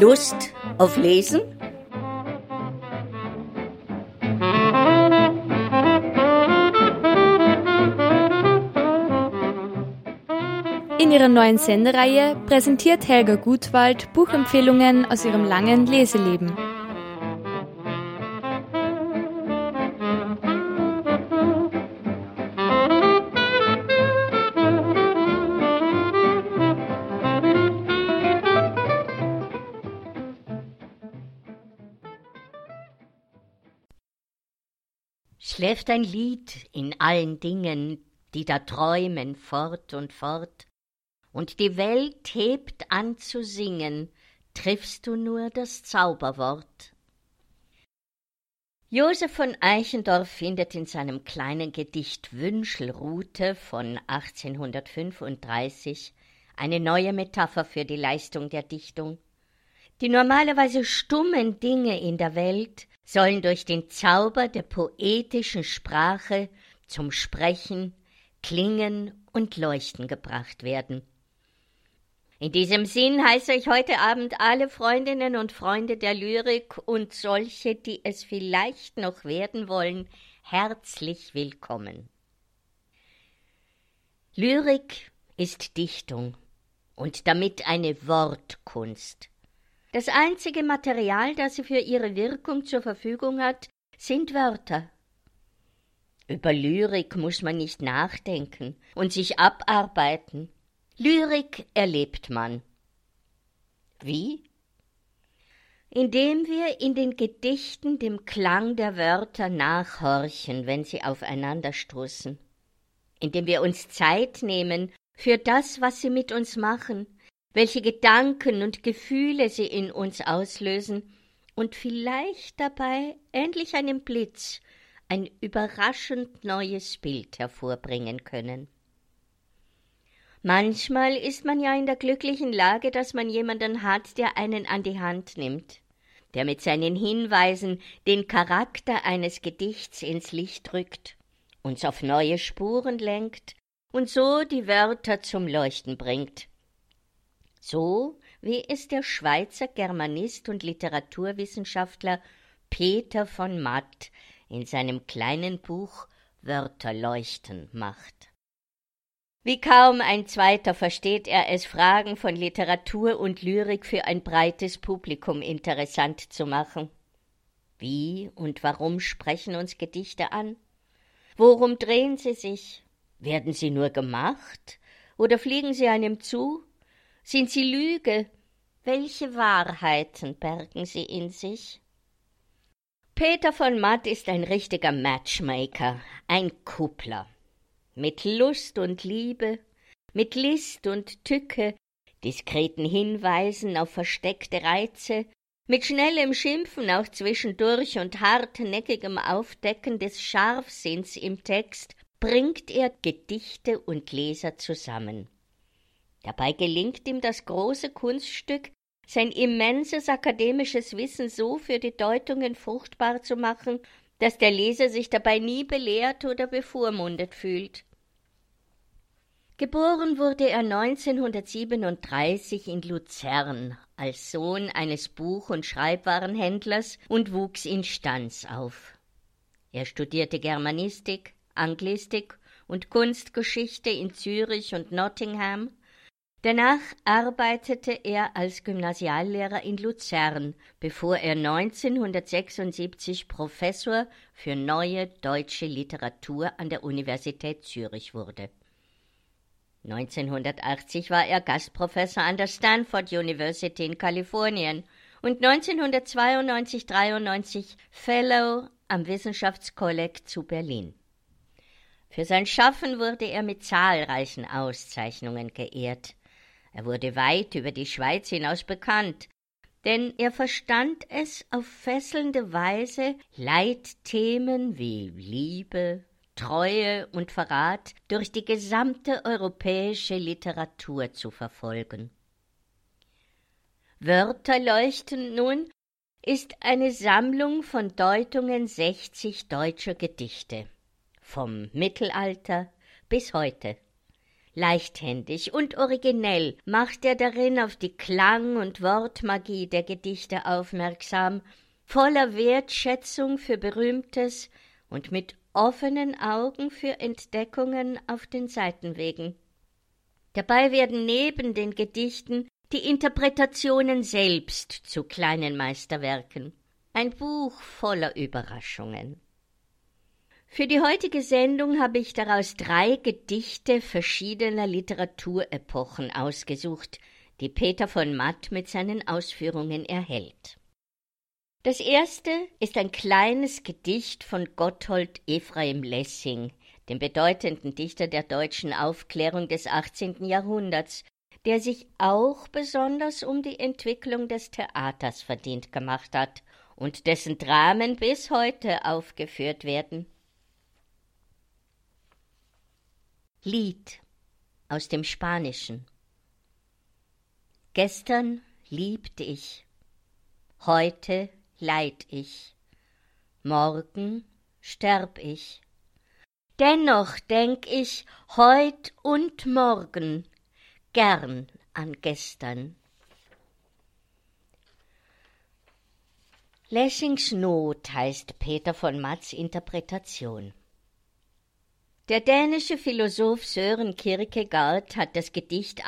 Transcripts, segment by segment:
Lust auf Lesen? In ihrer neuen Sendereihe präsentiert Helga Gutwald Buchempfehlungen aus ihrem langen Leseleben. Schläft ein Lied in allen Dingen, die da träumen fort und fort, und die Welt hebt an zu singen, triffst du nur das Zauberwort. Josef von Eichendorff findet in seinem kleinen Gedicht Wünschelrute von 1835 eine neue Metapher für die Leistung der Dichtung. Die normalerweise stummen Dinge in der Welt sollen durch den Zauber der poetischen Sprache zum Sprechen, Klingen und Leuchten gebracht werden. In diesem Sinn heiße ich heute Abend alle Freundinnen und Freunde der Lyrik und solche, die es vielleicht noch werden wollen, herzlich willkommen. Lyrik ist Dichtung und damit eine Wortkunst. Das einzige Material, das sie für ihre Wirkung zur Verfügung hat, sind Wörter. Über Lyrik muss man nicht nachdenken und sich abarbeiten. Lyrik erlebt man. Wie? Indem wir in den Gedichten dem Klang der Wörter nachhorchen, wenn sie aufeinanderstoßen. Indem wir uns Zeit nehmen für das, was sie mit uns machen, welche Gedanken und Gefühle sie in uns auslösen und vielleicht dabei ähnlich einem Blitz ein überraschend neues Bild hervorbringen können. Manchmal ist man ja in der glücklichen Lage, dass man jemanden hat, der einen an die Hand nimmt, der mit seinen Hinweisen den Charakter eines Gedichts ins Licht rückt, uns auf neue Spuren lenkt und so die Wörter zum Leuchten bringt. So wie es der Schweizer Germanist und Literaturwissenschaftler Peter von Matt in seinem kleinen Buch Wörterleuchten macht. Wie kaum ein zweiter versteht er es, Fragen von Literatur und Lyrik für ein breites Publikum interessant zu machen. Wie und warum sprechen uns Gedichte an? Worum drehen sie sich? Werden sie nur gemacht oder fliegen sie einem zu? Sind sie Lüge? Welche Wahrheiten bergen sie in sich? Peter von Matt ist ein richtiger Matchmaker, ein Kuppler. Mit Lust und Liebe, mit List und Tücke, diskreten Hinweisen auf versteckte Reize, mit schnellem Schimpfen auch zwischendurch und hartnäckigem Aufdecken des Scharfsinns im Text bringt er Gedichte und Leser zusammen. Dabei gelingt ihm das große Kunststück, sein immenses akademisches Wissen so für die Deutungen fruchtbar zu machen, dass der Leser sich dabei nie belehrt oder bevormundet fühlt. Geboren wurde er 1937 in Luzern als Sohn eines Buch- und Schreibwarenhändlers und wuchs in Stans auf. Er studierte Germanistik, Anglistik und Kunstgeschichte in Zürich und Nottingham. Danach arbeitete er als Gymnasiallehrer in Luzern, bevor er 1976 Professor für neue deutsche Literatur an der Universität Zürich wurde. 1980 war er Gastprofessor an der Stanford University in Kalifornien und 1992/93 Fellow am Wissenschaftskolleg zu Berlin. Für sein Schaffen wurde er mit zahlreichen Auszeichnungen geehrt. Er wurde weit über die Schweiz hinaus bekannt, denn er verstand es auf fesselnde Weise, Leitthemen wie Liebe, Treue und Verrat durch die gesamte europäische Literatur zu verfolgen. Wörterleuchten nun ist eine Sammlung von Deutungen 60 deutscher Gedichte, vom Mittelalter bis heute. Leichthändig und originell macht er darin auf die Klang- und Wortmagie der Gedichte aufmerksam, voller Wertschätzung für Berühmtes und mit offenen Augen für Entdeckungen auf den Seitenwegen. Dabei werden neben den Gedichten die Interpretationen selbst zu kleinen Meisterwerken. Ein Buch voller Überraschungen. Für die heutige Sendung habe ich daraus 3 Gedichte verschiedener Literaturepochen ausgesucht, die Peter von Matt mit seinen Ausführungen erhält. Das erste ist ein kleines Gedicht von Gotthold Ephraim Lessing, dem bedeutenden Dichter der deutschen Aufklärung des 18. Jahrhunderts, der sich auch besonders um die Entwicklung des Theaters verdient gemacht hat und dessen Dramen bis heute aufgeführt werden. Lied aus dem Spanischen. Gestern liebte ich, heute leid ich, morgen sterb ich. Dennoch denk ich heut und morgen gern an gestern. Lessings Not heißt Peter von Matts Interpretation. Der dänische Philosoph Søren Kierkegaard hat das Gedicht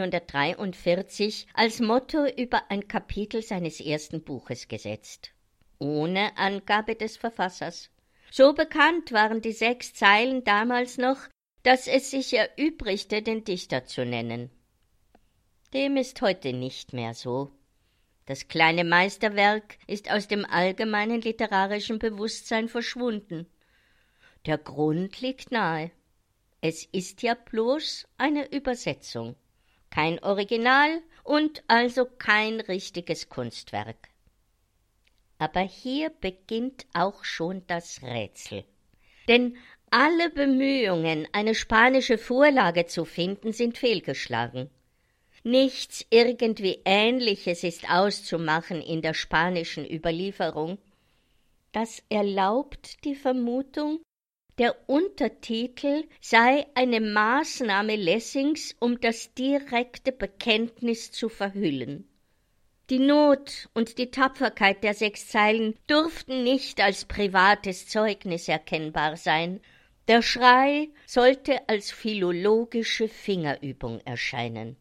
1843 als Motto über ein Kapitel seines ersten Buches gesetzt, ohne Angabe des Verfassers. So bekannt waren die 6 Zeilen damals noch, dass es sich erübrigte, den Dichter zu nennen. Dem ist heute nicht mehr so. Das kleine Meisterwerk ist aus dem allgemeinen literarischen Bewusstsein verschwunden. Der Grund liegt nahe. Es ist ja bloß eine Übersetzung, kein Original und also kein richtiges Kunstwerk. Aber hier beginnt auch schon das Rätsel. Denn alle Bemühungen, eine spanische Vorlage zu finden, sind fehlgeschlagen. Nichts irgendwie Ähnliches ist auszumachen in der spanischen Überlieferung. Das erlaubt die Vermutung, der Untertitel sei eine Maßnahme Lessings, um das direkte Bekenntnis zu verhüllen. Die Not und die Tapferkeit der 6 Zeilen durften nicht als privates Zeugnis erkennbar sein. Der Schrei sollte als philologische Fingerübung erscheinen.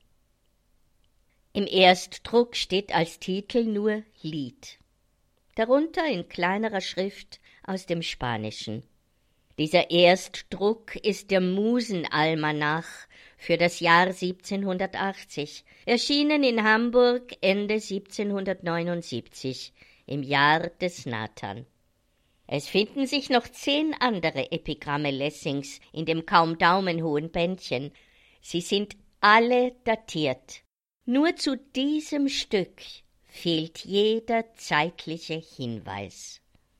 Im Erstdruck steht als Titel nur Lied, darunter in kleinerer Schrift aus dem Spanischen. Dieser Erstdruck ist der Musenalmanach für das Jahr 1780, erschienen in Hamburg Ende 1779, im Jahr des Nathan. Es finden sich noch 10 andere Epigramme Lessings in dem kaum daumenhohen Bändchen. Sie sind alle datiert. Nur zu diesem Stück fehlt jeder zeitliche Hinweis.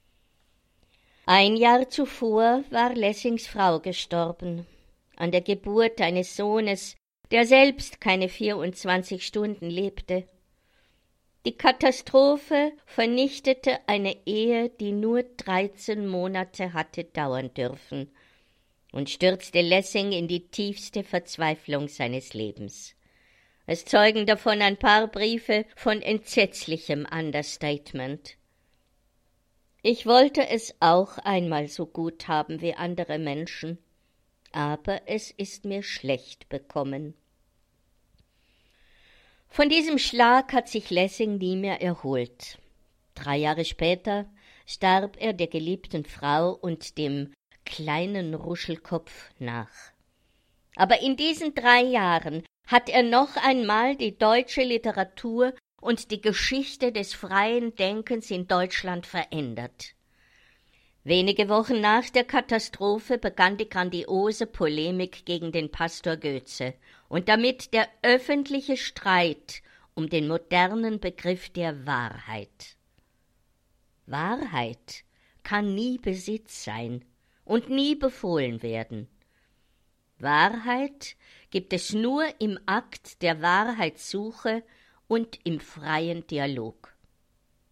Ein Jahr zuvor war Lessings Frau gestorben, an der Geburt eines Sohnes, der selbst keine 24 Stunden lebte. Die Katastrophe vernichtete eine Ehe, die nur 13 Monate hatte dauern dürfen, und stürzte Lessing in die tiefste Verzweiflung seines Lebens. Es zeugen davon ein paar Briefe von entsetzlichem Understatement. Ich wollte es auch einmal so gut haben wie andere Menschen, aber es ist mir schlecht bekommen. Von diesem Schlag hat sich Lessing nie mehr erholt. 3 Jahre später starb er der geliebten Frau und dem kleinen Ruschelkopf nach. Aber in diesen 3 Jahren hat er noch einmal die deutsche Literatur und die Geschichte des freien Denkens in Deutschland verändert. Wenige Wochen nach der Katastrophe begann die grandiose Polemik gegen den Pastor Goetze und damit der öffentliche Streit um den modernen Begriff der Wahrheit. Wahrheit kann nie Besitz sein und nie befohlen werden. Wahrheit gibt es nur im Akt der Wahrheitssuche und im freien Dialog.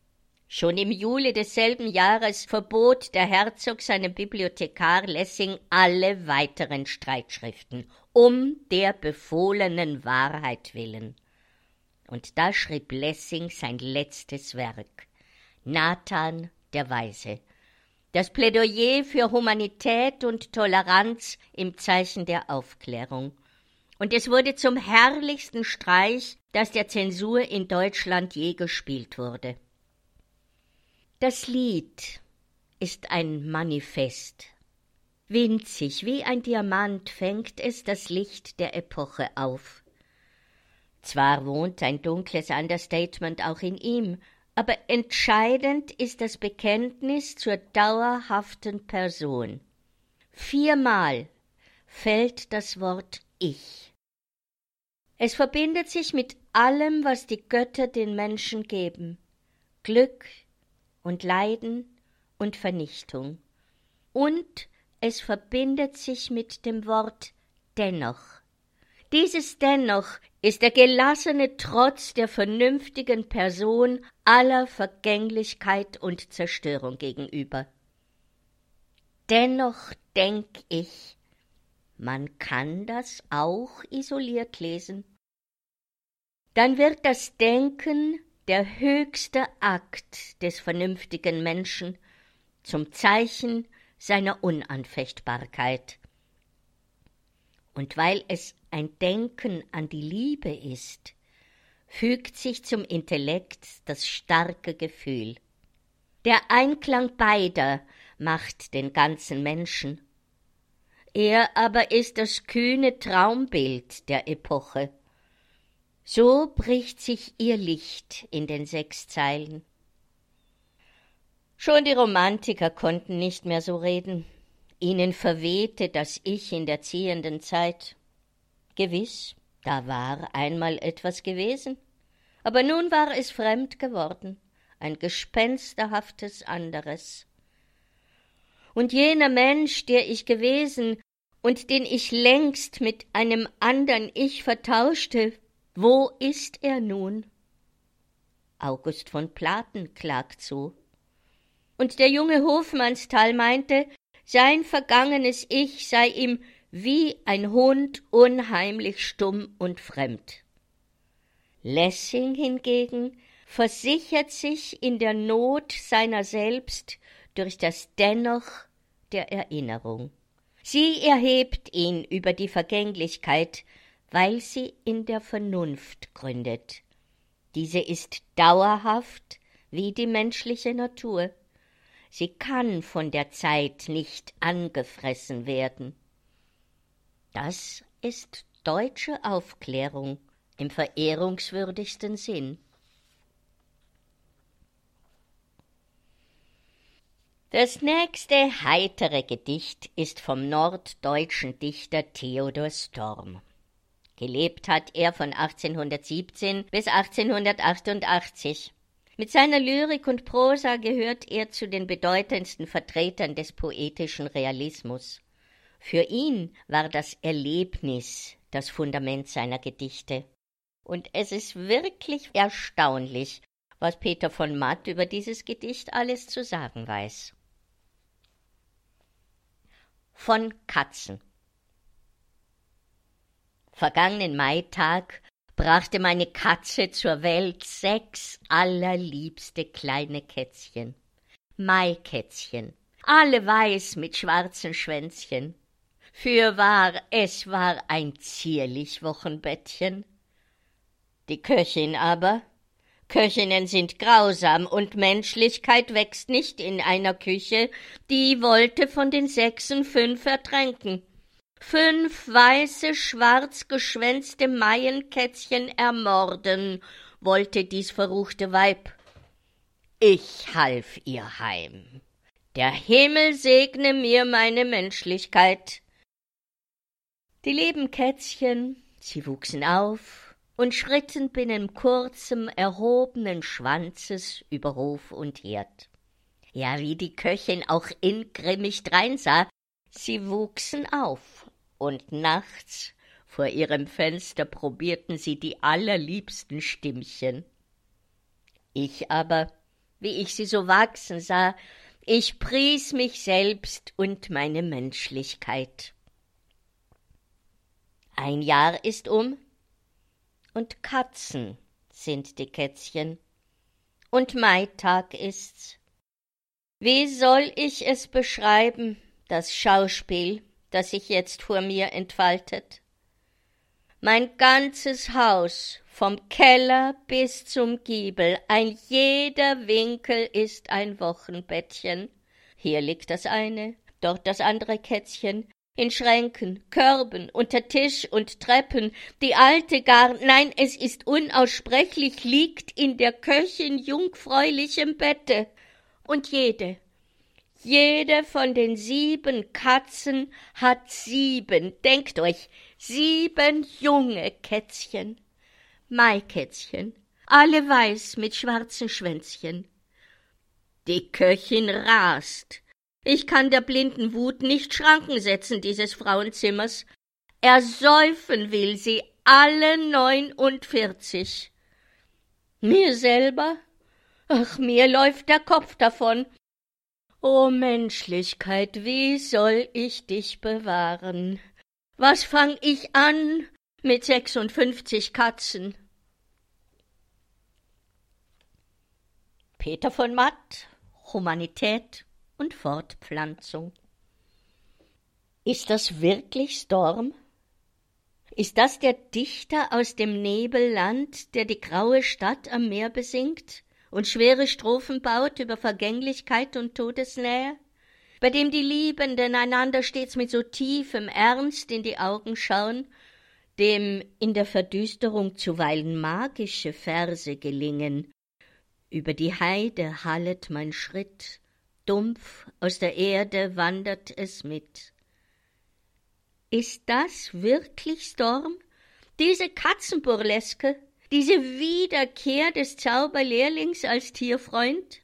Schon im Juli desselben Jahres verbot der Herzog seinem Bibliothekar Lessing alle weiteren Streitschriften, um der befohlenen Wahrheit willen. Und da schrieb Lessing sein letztes Werk, Nathan der Weise, das Plädoyer für Humanität und Toleranz im Zeichen der Aufklärung. Und es wurde zum herrlichsten Streich, das der Zensur in Deutschland je gespielt wurde. Das Lied ist ein Manifest. Winzig wie ein Diamant fängt es das Licht der Epoche auf. Zwar wohnt ein dunkles Understatement auch in ihm, aber entscheidend ist das Bekenntnis zur dauerhaften Person. 4-mal fällt das Wort Ich. Es verbindet sich mit allem, was die Götter den Menschen geben. Glück und Leiden und Vernichtung. Und es verbindet sich mit dem Wort dennoch. Dieses Dennoch ist der gelassene Trotz der vernünftigen Person aller Vergänglichkeit und Zerstörung gegenüber. Dennoch denk ich, man kann das auch isoliert lesen. Dann wird das Denken der höchste Akt des vernünftigen Menschen zum Zeichen seiner Unanfechtbarkeit. Und weil es ein Denken an die Liebe ist, fügt sich zum Intellekt das starke Gefühl. Der Einklang beider macht den ganzen Menschen. Er aber ist das kühne Traumbild der Epoche. So bricht sich ihr Licht in den 6 Zeilen. Schon die Romantiker konnten nicht mehr so reden. Ihnen verwehte das Ich in der ziehenden Zeit. Gewiss, da war einmal etwas gewesen, aber nun war es fremd geworden, ein gespensterhaftes anderes. Und jener Mensch, der ich gewesen und den ich längst mit einem andern Ich vertauschte, wo ist er nun? August von Platen klagt so. Und der junge Hofmannsthal meinte, sein vergangenes Ich sei ihm wie ein Hund unheimlich stumm und fremd. Lessing hingegen versichert sich in der Not seiner selbst durch das Dennoch der Erinnerung. Sie erhebt ihn über die Vergänglichkeit, weil sie in der Vernunft gründet. Diese ist dauerhaft wie die menschliche Natur. Sie kann von der Zeit nicht angefressen werden. Das ist deutsche Aufklärung im verehrungswürdigsten Sinn. Das nächste heitere Gedicht ist vom norddeutschen Dichter Theodor Storm. Gelebt hat er von 1817 bis 1888. Mit seiner Lyrik und Prosa gehört er zu den bedeutendsten Vertretern des poetischen Realismus. Für ihn war das Erlebnis das Fundament seiner Gedichte. Und es ist wirklich erstaunlich, was Peter von Matt über dieses Gedicht alles zu sagen weiß. Von Katzen. Vergangenen Maitag brachte meine Katze zur Welt 6 allerliebste kleine Kätzchen. Maikätzchen, alle weiß mit schwarzen Schwänzchen. Fürwahr, es war ein zierlich Wochenbettchen. Die Köchin aber, Köchinnen sind grausam und Menschlichkeit wächst nicht in einer Küche, die wollte von den 6 5 ertränken. 5 weiße, schwarz geschwänzte Maienkätzchen ermorden, wollte dies verruchte Weib. Ich half ihr heim. Der Himmel segne mir meine Menschlichkeit. Die lieben Kätzchen, sie wuchsen auf und schritten binnen kurzem erhobenen Schwanzes über Hof und Herd. Ja, wie die Köchin auch ingrimmig dreinsah, sie wuchsen auf. Und nachts vor ihrem Fenster probierten sie die allerliebsten Stimmchen. Ich aber, wie ich sie so wachsen sah. Ich pries mich selbst und meine Menschlichkeit. Ein Jahr ist um, und Katzen sind die Kätzchen, und Maitag ist's. Wie soll ich es beschreiben, das Schauspiel, das sich jetzt vor mir entfaltet? Mein ganzes Haus, vom Keller bis zum Giebel, ein jeder Winkel ist ein Wochenbettchen. Hier liegt das eine, dort das andere Kätzchen, in Schränken, Körben, unter Tisch und Treppen, die alte gar, nein, es ist unaussprechlich, liegt in der Köchin jungfräulichem Bette. Und jede von den 7 Katzen hat 7, denkt euch, 7 junge Kätzchen, Maikätzchen, alle weiß mit schwarzen Schwänzchen. Die Köchin rast. Ich kann der blinden Wut nicht Schranken setzen dieses Frauenzimmers. Ersäufen will sie alle 49. Mir selber? Ach, mir läuft der Kopf davon. O Menschlichkeit, wie soll ich dich bewahren? Was fang ich an mit 56 Katzen? Peter von Matt, Humanität und Fortpflanzung. Ist das wirklich Storm? Ist das der Dichter aus dem Nebelland, der die graue Stadt am Meer besingt und schwere Strophen baut über Vergänglichkeit und Todesnähe, bei dem die Liebenden einander stets mit so tiefem Ernst in die Augen schauen, dem in der Verdüsterung zuweilen magische Verse gelingen. Über die Heide hallet mein Schritt, dumpf aus der Erde wandert es mit. Ist das wirklich Storm? Diese Katzenburleske, diese Wiederkehr des Zauberlehrlings als Tierfreund?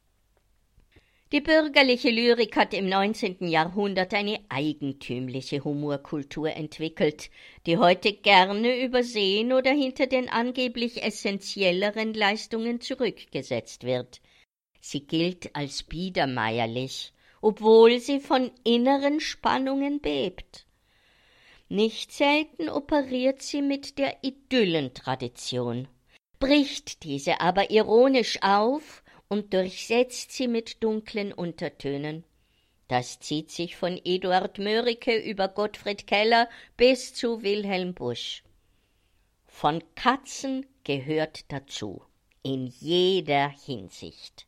Die bürgerliche Lyrik hat im 19. Jahrhundert eine eigentümliche Humorkultur entwickelt, die heute gerne übersehen oder hinter den angeblich essentielleren Leistungen zurückgesetzt wird. Sie gilt als biedermeierlich, obwohl sie von inneren Spannungen bebt. Nicht selten operiert sie mit der Idyllentradition, bricht diese aber ironisch auf und durchsetzt sie mit dunklen Untertönen. Das zieht sich von Eduard Mörike über Gottfried Keller bis zu Wilhelm Busch. Von Katzen gehört dazu, in jeder Hinsicht.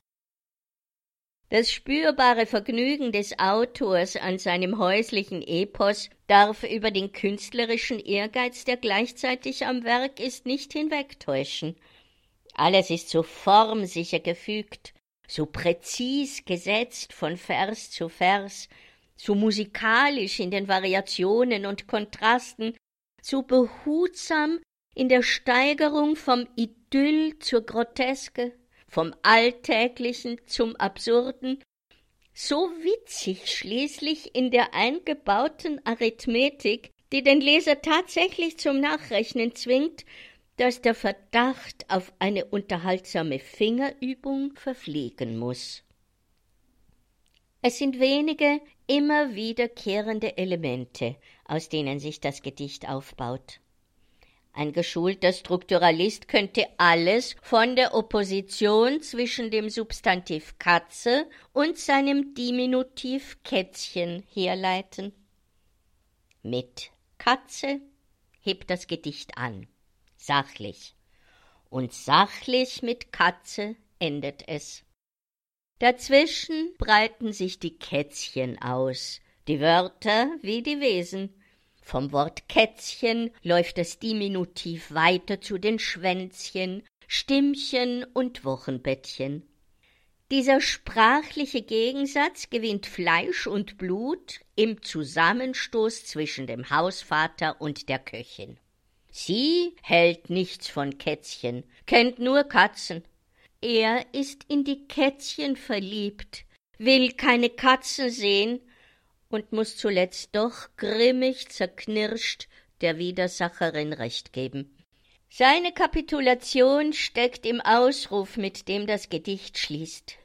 Das spürbare Vergnügen des Autors an seinem häuslichen Epos darf über den künstlerischen Ehrgeiz, der gleichzeitig am Werk ist, nicht hinwegtäuschen. Alles ist so formsicher gefügt, so präzis gesetzt von Vers zu Vers, so musikalisch in den Variationen und Kontrasten, so behutsam in der Steigerung vom Idyll zur Groteske, vom Alltäglichen zum Absurden, so witzig schließlich in der eingebauten Arithmetik, die den Leser tatsächlich zum Nachrechnen zwingt, dass der Verdacht auf eine unterhaltsame Fingerübung verfliegen muss. Es sind wenige, immer wiederkehrende Elemente, aus denen sich das Gedicht aufbaut. Ein geschulter Strukturalist könnte alles von der Opposition zwischen dem Substantiv Katze und seinem Diminutiv Kätzchen herleiten. Mit Katze hebt das Gedicht an, sachlich, und sachlich mit Katze endet es. Dazwischen breiten sich die Kätzchen aus, die Wörter wie die Wesen. Vom Wort Kätzchen läuft das Diminutiv weiter zu den Schwänzchen, Stimmchen und Wochenbettchen. Dieser sprachliche Gegensatz gewinnt Fleisch und Blut im Zusammenstoß zwischen dem Hausvater und der Köchin. Sie hält nichts von Kätzchen, kennt nur Katzen. Er ist in die Kätzchen verliebt, will keine Katzen sehen und muß zuletzt doch grimmig zerknirscht der Widersacherin recht geben. Seine Kapitulation steckt im Ausruf, mit dem das Gedicht schließt.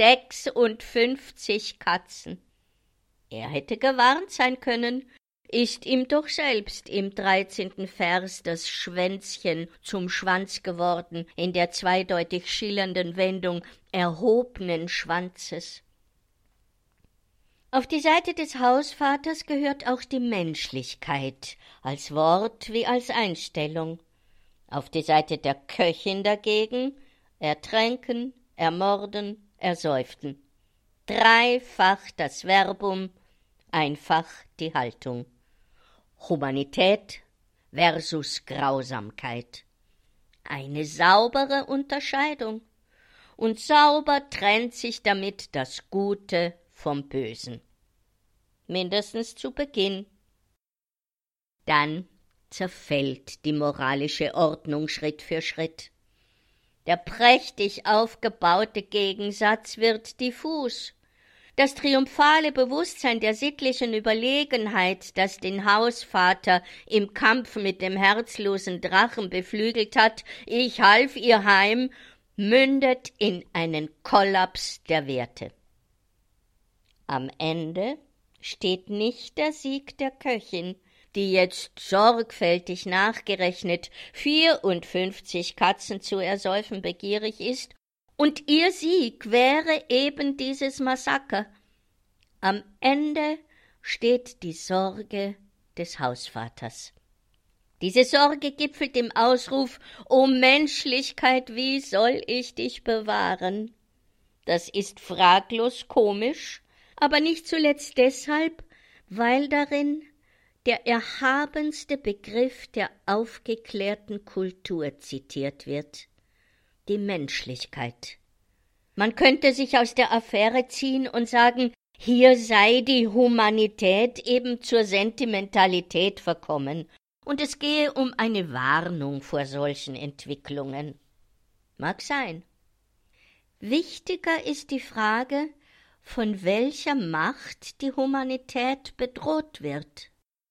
56 Katzen. Er hätte gewarnt sein können, ist ihm doch selbst im 13. Vers das Schwänzchen zum Schwanz geworden, in der zweideutig schillernden Wendung erhobenen Schwanzes. Auf die Seite des Hausvaters gehört auch die Menschlichkeit, als Wort wie als Einstellung. Auf die Seite der Köchin dagegen ertränken, ermorden, ersäuften. Dreifach das Verbum, einfach die Haltung. Humanität versus Grausamkeit. Eine saubere Unterscheidung. Und sauber trennt sich damit das Gute vom Bösen. Mindestens zu Beginn. Dann zerfällt die moralische Ordnung Schritt für Schritt. Der prächtig aufgebaute Gegensatz wird diffus. Das triumphale Bewusstsein der sittlichen Überlegenheit, das den Hausvater im Kampf mit dem herzlosen Drachen beflügelt hat, ich half ihr heim, mündet in einen Kollaps der Werte. Am Ende steht nicht der Sieg der Köchin, die jetzt sorgfältig nachgerechnet 54 Katzen zu ersäufen begierig ist, und ihr Sieg wäre eben dieses Massaker. Am Ende steht die Sorge des Hausvaters. Diese Sorge gipfelt im Ausruf: »O Menschlichkeit, wie soll ich dich bewahren?« Das ist fraglos komisch, aber nicht zuletzt deshalb, weil darin der erhabenste Begriff der aufgeklärten Kultur zitiert wird: die Menschlichkeit. Man könnte sich aus der Affäre ziehen und sagen, hier sei die Humanität eben zur Sentimentalität verkommen, und es gehe um eine Warnung vor solchen Entwicklungen. Mag sein. Wichtiger ist die Frage, von welcher Macht die Humanität bedroht wird.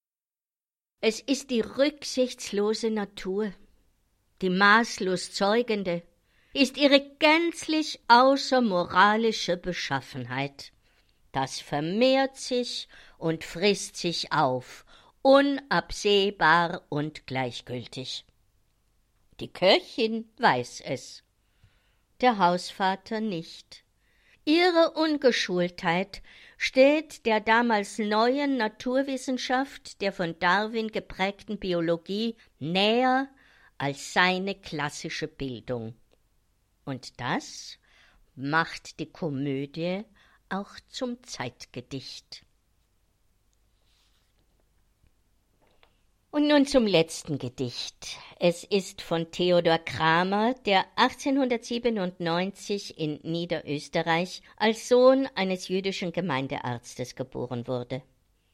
Es ist die rücksichtslose Natur, die maßlos zeugende, ist ihre gänzlich außermoralische Beschaffenheit. Das vermehrt sich und frisst sich auf, unabsehbar und gleichgültig. Die Köchin weiß es, der Hausvater nicht. Ihre Ungeschultheit steht der damals neuen Naturwissenschaft, der von Darwin geprägten Biologie, näher als seine klassische Bildung. Und das macht die Komödie auch zum Zeitgedicht. Und nun zum letzten Gedicht. Es ist von Theodor Kramer, der 1897 in Niederösterreich als Sohn eines jüdischen Gemeindearztes geboren wurde.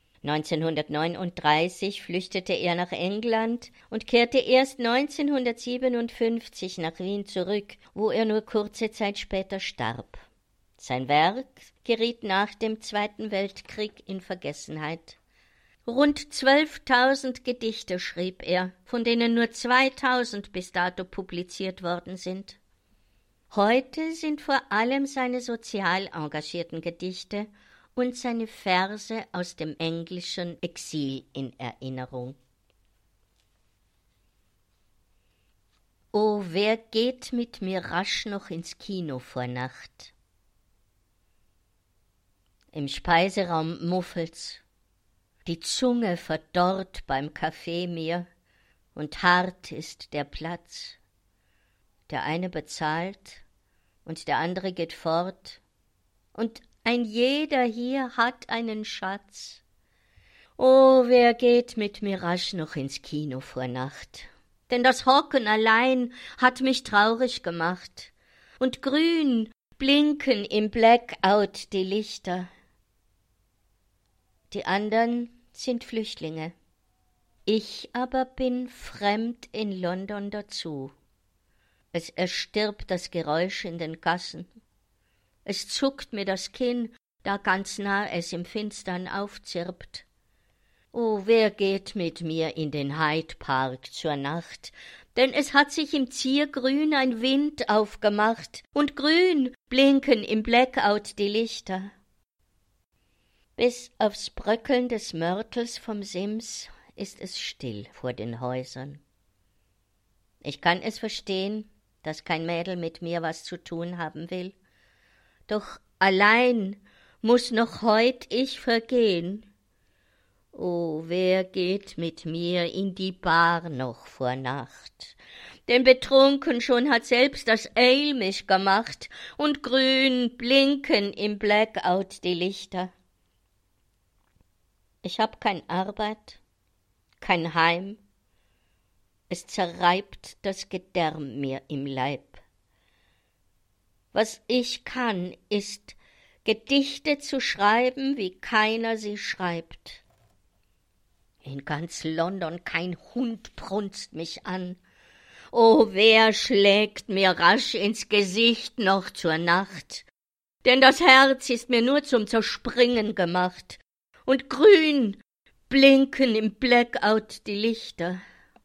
1939 flüchtete er nach England und kehrte erst 1957 nach Wien zurück, wo er nur kurze Zeit später starb. Sein Werk geriet nach dem Zweiten Weltkrieg in Vergessenheit. Rund 12.000 Gedichte schrieb er, von denen nur 2.000 bis dato publiziert worden sind. Heute sind vor allem seine sozial engagierten Gedichte und seine Verse aus dem englischen Exil in Erinnerung. O, wer geht mit mir rasch noch ins Kino vor Nacht? Im Speiseraum muffelt's. Die Zunge verdorrt beim Kaffee mir, und hart ist der Platz. Der eine bezahlt, und der andere geht fort, und ein jeder hier hat einen Schatz. Oh, wer geht mit mir rasch noch ins Kino vor Nacht? Denn das Hocken allein hat mich traurig gemacht, und grün blinken im Blackout die Lichter. Die anderen sind Flüchtlinge. Ich aber bin fremd in London dazu. Es erstirbt das Geräusch in den Gassen. Es zuckt mir das Kinn, da ganz nah es im Finstern aufzirpt. Oh, wer geht mit mir in den Hyde Park zur Nacht? Denn es hat sich im Ziergrün ein Wind aufgemacht, und grün blinken im Blackout die Lichter. Bis aufs Bröckeln des Mörtels vom Sims ist es still vor den Häusern. Ich kann es verstehen, dass kein Mädel mit mir was zu tun haben will. Doch allein muß noch heut ich vergehen. Oh, wer geht mit mir in die Bar noch vor Nacht? Denn betrunken schon hat selbst das Ale mich gemacht, und grün blinken im Blackout die Lichter. Ich hab kein Arbeit, kein Heim, es zerreibt das Gedärm mir im Leib. Was ich kann, ist, Gedichte zu schreiben, wie keiner sie schreibt. In ganz London kein Hund brunzt mich an. Oh, wer schlägt mir rasch ins Gesicht noch zur Nacht? Denn das Herz ist mir nur zum Zerspringen gemacht, und grün blinken im Blackout die Lichter.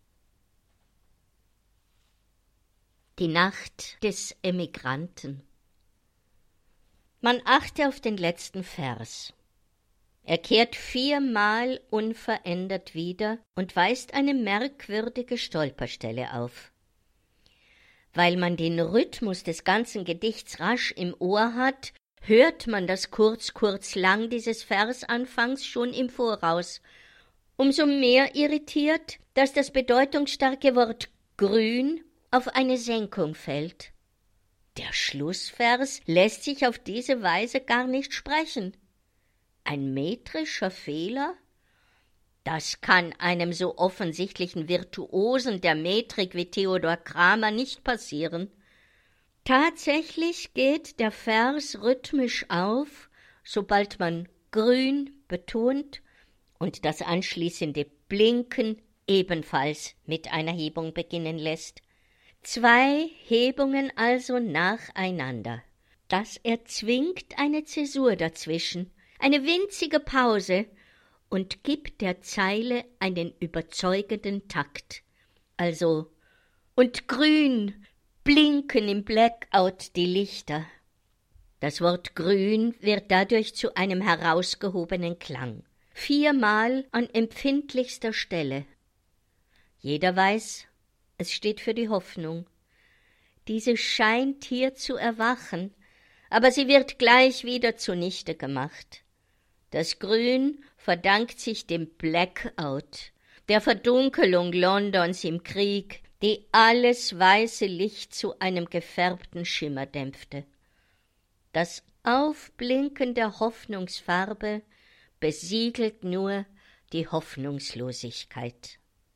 Die Nacht des Emigranten. Man achte auf den letzten Vers. Er kehrt 4-mal unverändert wieder und weist eine merkwürdige Stolperstelle auf. Weil man den Rhythmus des ganzen Gedichts rasch im Ohr hat, hört man das kurz lang dieses Versanfangs schon im Voraus, umso mehr irritiert, dass das bedeutungsstarke Wort grün auf eine Senkung fällt. Der Schlussvers lässt sich auf diese Weise gar nicht sprechen. Ein metrischer Fehler? Das kann einem so offensichtlichen Virtuosen der Metrik wie Theodor Kramer nicht passieren. Tatsächlich geht der Vers rhythmisch auf, sobald man grün betont und das anschließende Blinken ebenfalls mit einer Hebung beginnen lässt. 2 Hebungen also nacheinander. Das erzwingt eine Zäsur dazwischen, eine winzige Pause, und gibt der Zeile einen überzeugenden Takt. Also, und grün blinken im Blackout die Lichter. Das Wort grün wird dadurch zu einem herausgehobenen Klang. 4-mal an empfindlichster Stelle. Jeder weiß, es steht für die Hoffnung. Diese scheint hier zu erwachen, aber sie wird gleich wieder zunichte gemacht. Das Grün verdankt sich dem Blackout, der Verdunkelung Londons im Krieg, die alles weiße Licht zu einem gefärbten Schimmer dämpfte. Das Aufblinken der Hoffnungsfarbe besiegelt nur die Hoffnungslosigkeit.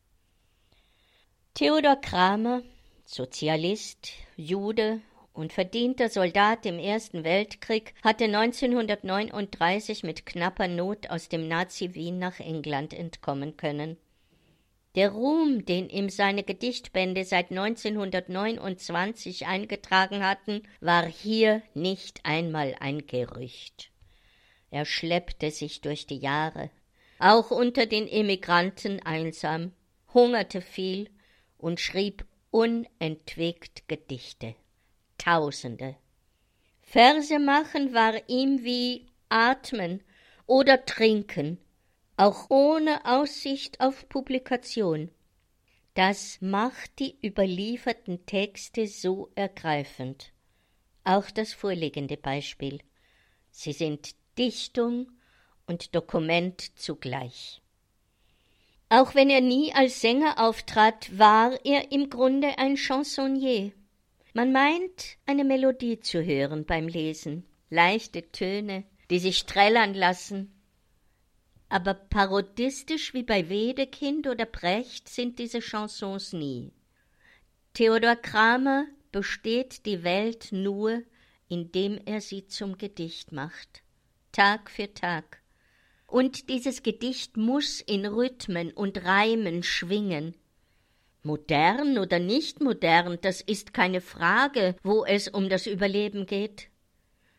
Theodor Kramer, Sozialist, Jude und verdienter Soldat im Ersten Weltkrieg, hatte 1939 mit knapper Not aus dem Nazi-Wien nach England entkommen können. Der Ruhm, den ihm seine Gedichtbände seit 1929 eingetragen hatten, war hier nicht einmal ein Gerücht. Er schleppte sich durch die Jahre, auch unter den Emigranten einsam, hungerte viel und schrieb unentwegt Gedichte. Tausende. Verse machen war ihm wie Atmen oder Trinken, auch ohne Aussicht auf Publikation. Das macht die überlieferten Texte so ergreifend. Auch das vorliegende Beispiel. Sie sind Dichtung und Dokument zugleich. Auch wenn er nie als Sänger auftrat, war er im Grunde ein Chansonnier. Man meint, eine Melodie zu hören beim Lesen, leichte Töne, die sich trällern lassen. Aber parodistisch wie bei Wedekind oder Brecht sind diese Chansons nie. Theodor Kramer besteht die Welt nur, indem er sie zum Gedicht macht, Tag für Tag. Und dieses Gedicht muss in Rhythmen und Reimen schwingen. Modern oder nicht modern, das ist keine Frage, wo es um das Überleben geht.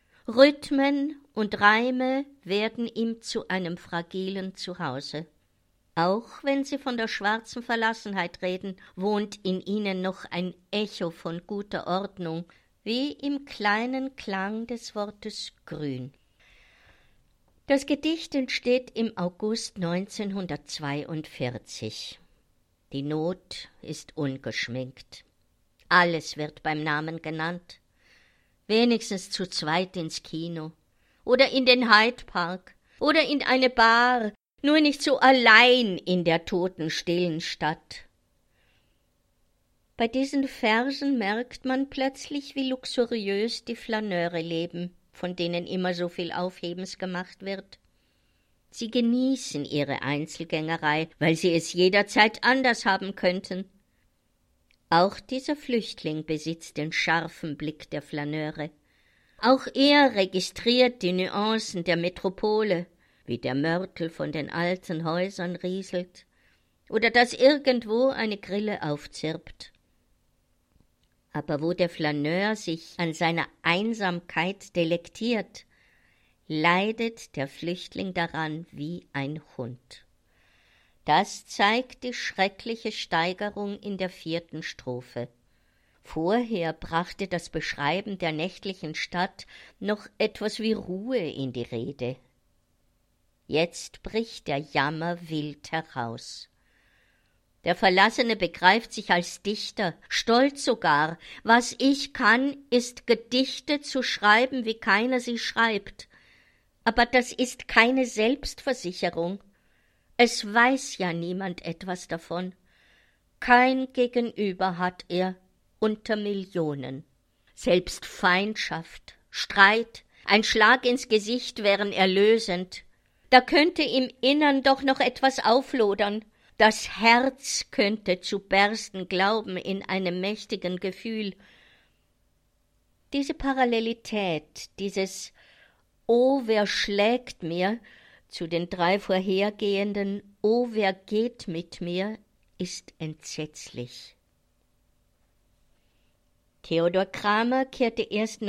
Rhythmen und Reime werden ihm zu einem fragilen Zuhause. Auch wenn sie von der schwarzen Verlassenheit reden, wohnt in ihnen noch ein Echo von guter Ordnung, wie im kleinen Klang des Wortes grün. Das Gedicht entsteht im August 1942. Die Not ist ungeschminkt. Alles wird beim Namen genannt. Wenigstens zu zweit ins Kino oder in den Hyde Park oder in eine Bar, nur nicht so allein in der toten, stillen Stadt. Bei diesen Versen merkt man plötzlich, wie luxuriös die Flaneure leben, von denen immer so viel Aufhebens gemacht wird. Sie genießen ihre Einzelgängerei, weil sie es jederzeit anders haben könnten. Auch dieser Flüchtling besitzt den scharfen Blick der Flaneure. Auch er registriert die Nuancen der Metropole, wie der Mörtel von den alten Häusern rieselt oder dass irgendwo eine Grille aufzirpt. Aber wo der Flaneur sich an seiner Einsamkeit delektiert, leidet der Flüchtling daran wie ein Hund. Das zeigt die schreckliche Steigerung in der 4. Strophe. Vorher brachte das Beschreiben der nächtlichen Stadt noch etwas wie Ruhe in die Rede. Jetzt bricht der Jammer wild heraus. Der Verlassene begreift sich als Dichter, stolz sogar. Was ich kann, ist Gedichte zu schreiben, wie keiner sie schreibt. Aber das ist keine Selbstversicherung. Es weiß ja niemand etwas davon. Kein Gegenüber hat er unter Millionen. Selbst Feindschaft, Streit, ein Schlag ins Gesicht wären erlösend. Da könnte im Innern doch noch etwas auflodern. Das Herz könnte zu bersten glauben in einem mächtigen Gefühl. Diese Parallelität, dieses »O, wer schlägt mir« zu den 3 vorhergehenden »O, wer geht mit mir« ist entsetzlich. Theodor Kramer kehrte erst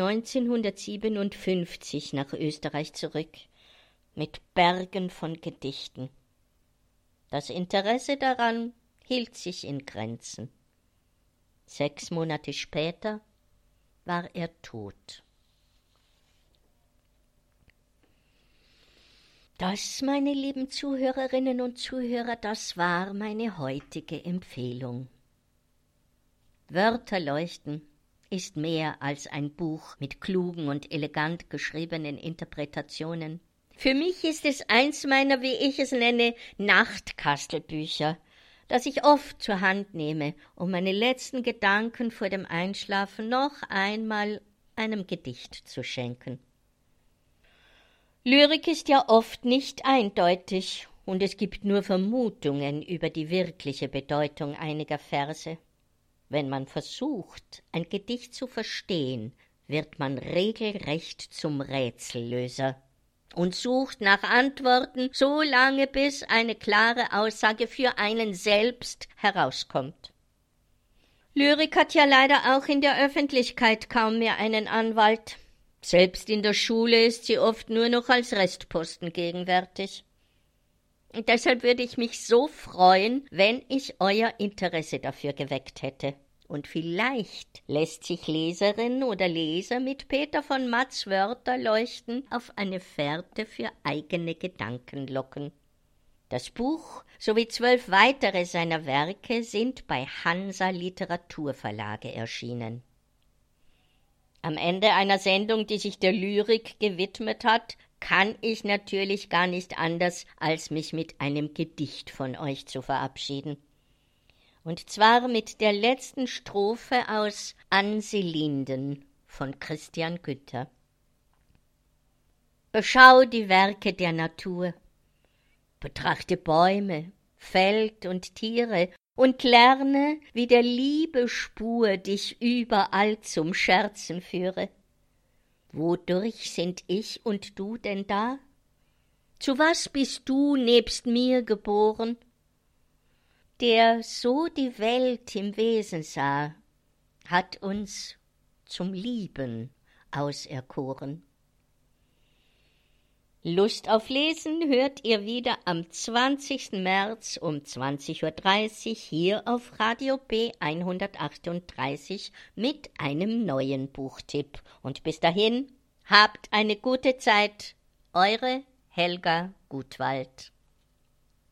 1957 nach Österreich zurück, mit Bergen von Gedichten. Das Interesse daran hielt sich in Grenzen. 6 Monate später war er tot. Das, meine lieben Zuhörerinnen und Zuhörer, das war meine heutige Empfehlung. Wörterleuchten ist mehr als ein Buch mit klugen und elegant geschriebenen Interpretationen. Für mich ist es eins meiner, wie ich es nenne, Nachtkastelbücher, das ich oft zur Hand nehme, um meine letzten Gedanken vor dem Einschlafen noch einmal einem Gedicht zu schenken. Lyrik ist ja oft nicht eindeutig und es gibt nur Vermutungen über die wirkliche Bedeutung einiger Verse. Wenn man versucht, ein Gedicht zu verstehen, wird man regelrecht zum Rätsellöser und sucht nach Antworten so lange, bis eine klare Aussage für einen selbst herauskommt. Lyrik hat ja leider auch in der Öffentlichkeit kaum mehr einen Anwalt. Selbst in der Schule ist sie oft nur noch als Restposten gegenwärtig. Und deshalb würde ich mich so freuen, wenn ich euer Interesse dafür geweckt hätte. Und vielleicht lässt sich Leserin oder Leser mit Peter von Matz Wörterleuchten auf eine Fährte für eigene Gedanken locken. Das Buch sowie 12 weitere seiner Werke sind bei Hansa Literaturverlage erschienen. Am Ende einer Sendung, die sich der Lyrik gewidmet hat, kann ich natürlich gar nicht anders, als mich mit einem Gedicht von euch zu verabschieden. Und zwar mit der letzten Strophe aus An Selinden von Christian Gütter. Beschau die Werke der Natur, betrachte Bäume, Feld und Tiere und lerne, wie der Liebe Spur dich überall zum Scherzen führe. Wodurch sind ich und du denn da? Zu was bist du nebst mir geboren? Der so die Welt im Wesen sah, hat uns zum Lieben auserkoren. Lust auf Lesen hört ihr wieder am 20. März um 20:30 Uhr hier auf Radio B 138 mit einem neuen Buchtipp. Und bis dahin, habt eine gute Zeit. Eure Helga Gutwald.